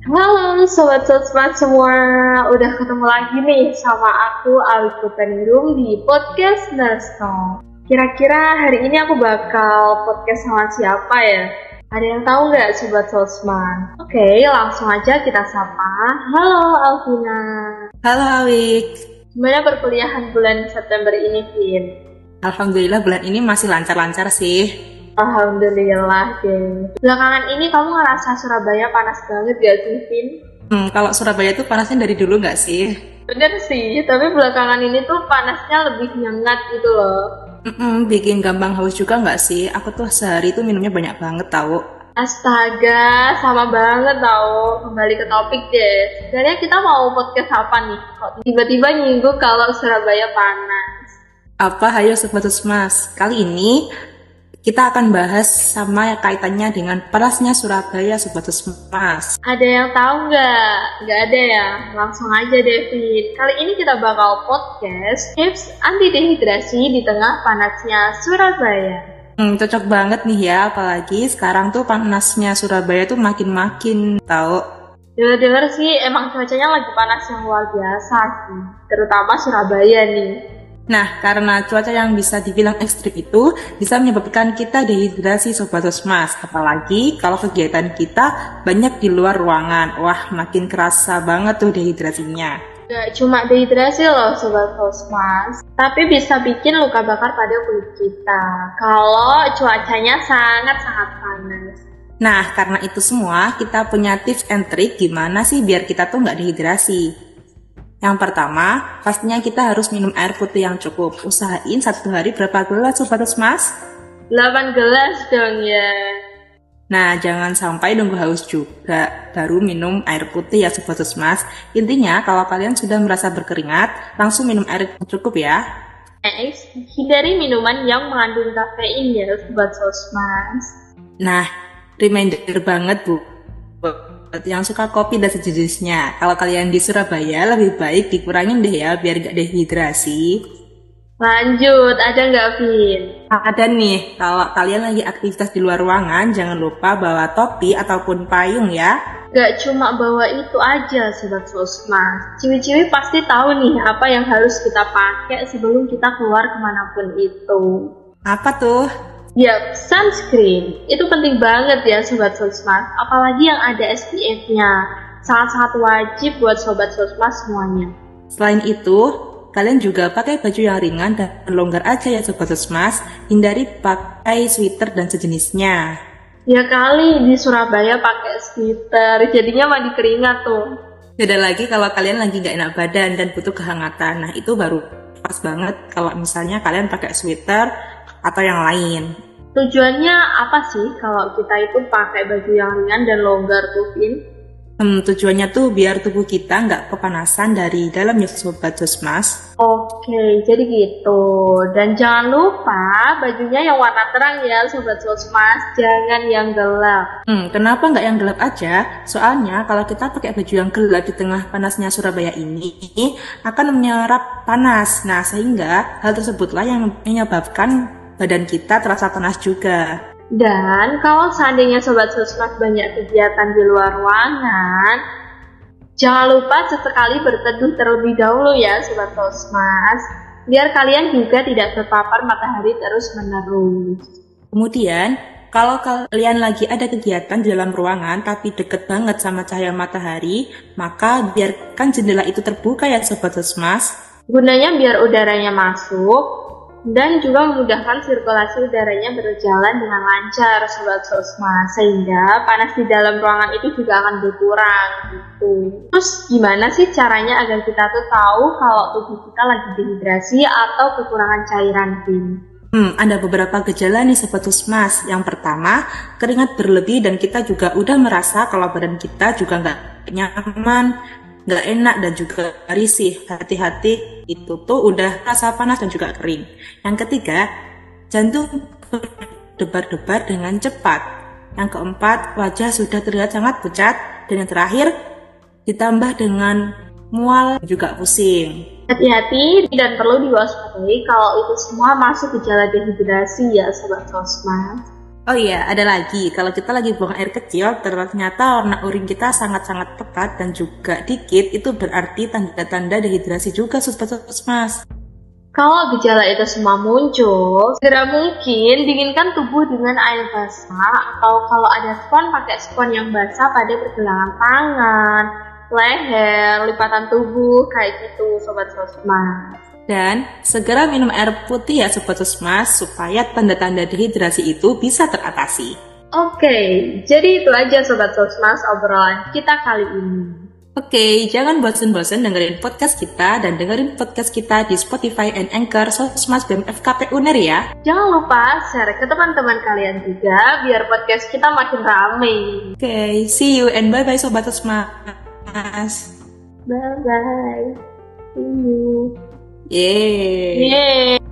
Halo Sobat Sosmed semua, udah ketemu lagi nih sama aku Alif Putraningrum di podcast Nurse. Kira-kira hari ini aku bakal podcast sama siapa ya? Ada yang tahu nggak Sobat Sosmed? Oke, langsung aja kita sapa. Halo Alvina. Halo Awik. Gimana perkuliahan bulan September ini, Vin? Alhamdulillah bulan ini masih lancar-lancar sih. Alhamdulillah deh. Belakangan ini kamu ngerasa Surabaya panas banget gak sih, Vin? Kalau Surabaya tuh panasnya dari dulu nggak sih? Bener sih, tapi belakangan ini tuh panasnya lebih nyengat gitu loh. Bikin gampang haus juga nggak sih? Aku tuh sehari tuh minumnya banyak banget tahu. Astaga, sama banget tau. Kembali ke topik deh. Sebenarnya kita mau podcast apa nih? Kok tiba-tiba nyinggung kalau Surabaya panas? Apa? Hayo Sobat Mas. Kali ini kita akan bahas sama kaitannya dengan panasnya Surabaya Sobat Mas. Ada yang tahu nggak? Nggak ada ya? Langsung aja deh, Vin. Kali ini kita bakal podcast tips anti dehidrasi di tengah panasnya Surabaya. Cocok banget nih ya, apalagi sekarang tuh panasnya Surabaya tuh makin tahu. Dengar-dengar sih emang cuacanya lagi panas yang luar biasa sih, terutama Surabaya nih. Nah, karena cuaca yang bisa dibilang ekstrim itu bisa menyebabkan kita dehidrasi Sobat Mas. Apalagi kalau kegiatan kita banyak di luar ruangan. Wah, makin kerasa banget tuh dehidrasinya. Gak cuma dehidrasi loh Sobat Mas, tapi bisa bikin luka bakar pada kulit kita kalau cuacanya sangat-sangat panas. Nah, karena itu semua kita punya tips and trick gimana sih biar kita tuh nggak dehidrasi. Yang pertama, pastinya kita harus minum air putih yang cukup. Usahain satu hari berapa gelas Sobat Mas? 8 gelas dong ya. Nah, jangan sampai nunggu haus juga baru minum air putih ya Sobat Mas. Intinya, kalau kalian sudah merasa berkeringat, langsung minum air yang cukup ya. Next, hindari minuman yang mengandung kafein ya Sobat Mas. Nah, reminder banget Bu, yang suka kopi dan sejenisnya. Kalau kalian di Surabaya lebih baik dikurangin deh ya biar gak dehidrasi. Lanjut, ada nggak Vin? Ada nih, kalau kalian lagi aktivitas di luar ruangan jangan lupa bawa topi ataupun payung ya. Gak cuma bawa itu aja Sobat Sosmas. Ciwi-ciwi pasti tahu nih apa yang harus kita pakai sebelum kita keluar kemanapun itu. Apa tuh? Yap, sunscreen. Itu penting banget ya Sobat Sosmas. Apalagi yang ada SPF-nya. Sangat-sangat wajib buat Sobat Sosmas semuanya. Selain itu, kalian juga pakai baju yang ringan dan longgar aja ya Sobat Sosmas. Hindari pakai sweater dan sejenisnya. Ya kali di Surabaya pakai sweater, jadinya mandi keringat tuh. Beda lagi kalau kalian lagi gak enak badan dan butuh kehangatan. Nah itu baru pas banget kalau misalnya kalian pakai sweater atau yang lain. Tujuannya apa sih kalau kita itu pakai baju yang ringan dan longgar tuh, Vin? Tujuannya tuh biar tubuh kita nggak kepanasan dari dalam ya Sobat Mas. Oke, jadi gitu. Dan jangan lupa bajunya yang warna terang ya Sobat Mas, jangan yang gelap. Kenapa nggak yang gelap aja? Soalnya kalau kita pakai baju yang gelap di tengah panasnya Surabaya ini akan menyerap panas. Nah, sehingga hal tersebutlah yang menyebabkan badan kita terasa panas juga. Dan kalau seandainya Sobat Sosmed banyak kegiatan di luar ruangan, jangan lupa sesekali berteduh terlebih dahulu ya Sobat Sosmed, biar kalian juga tidak terpapar matahari terus-menerus. Kemudian, kalau kalian lagi ada kegiatan di dalam ruangan tapi deket banget sama cahaya matahari, maka biarkan jendela itu terbuka ya Sobat Sosmed. Gunanya biar udaranya masuk dan juga memudahkan sirkulasi udaranya berjalan dengan lancar Sobat Sosmas, sehingga panas di dalam ruangan itu juga akan berkurang gitu. Terus gimana sih caranya agar kita tuh tahu kalau tubuh kita lagi dehidrasi atau kekurangan cairan, Vin? Ada beberapa gejala nih Sobat Sosmas. Yang pertama, keringat berlebih dan kita juga udah merasa kalau badan kita juga nggak nyaman, nggak enak dan juga risih. Hati-hati, itu tuh udah rasa panas dan juga kering. Yang ketiga, jantung berdebar-debar dengan cepat. Yang keempat, wajah sudah terlihat sangat pucat. Dan yang terakhir, ditambah dengan mual juga pusing. Hati-hati dan perlu diwaspadai kalau itu semua masuk gejala dehidrasi ya Sobat Sosmas. Oh iya, ada lagi. Kalau kita lagi buang air kecil, ternyata warna urin kita sangat-sangat pekat dan juga dikit, itu berarti tanda-tanda dehidrasi juga, Sobat Sosmas. Kalau gejala itu semua muncul, segera mungkin dinginkan tubuh dengan air basah atau kalau ada spon, pakai spon yang basah pada pergelangan tangan, leher, lipatan tubuh, kayak gitu Sobat Sosmas. Dan segera minum air putih ya Sobat Sosmas, supaya tanda-tanda dehidrasi itu bisa teratasi. Oke, jadi itu aja Sobat Sosmas obrolan kita kali ini. Oke, jangan bosan-bosan dengerin podcast kita dan dengerin podcast kita di Spotify and Anchor Sosmas BEM FKP UNER ya. Jangan lupa share ke teman-teman kalian juga biar podcast kita makin rame. Oke, see you and bye-bye Sobat Sosmas. Bye-bye. See you. Yeay. Yeay.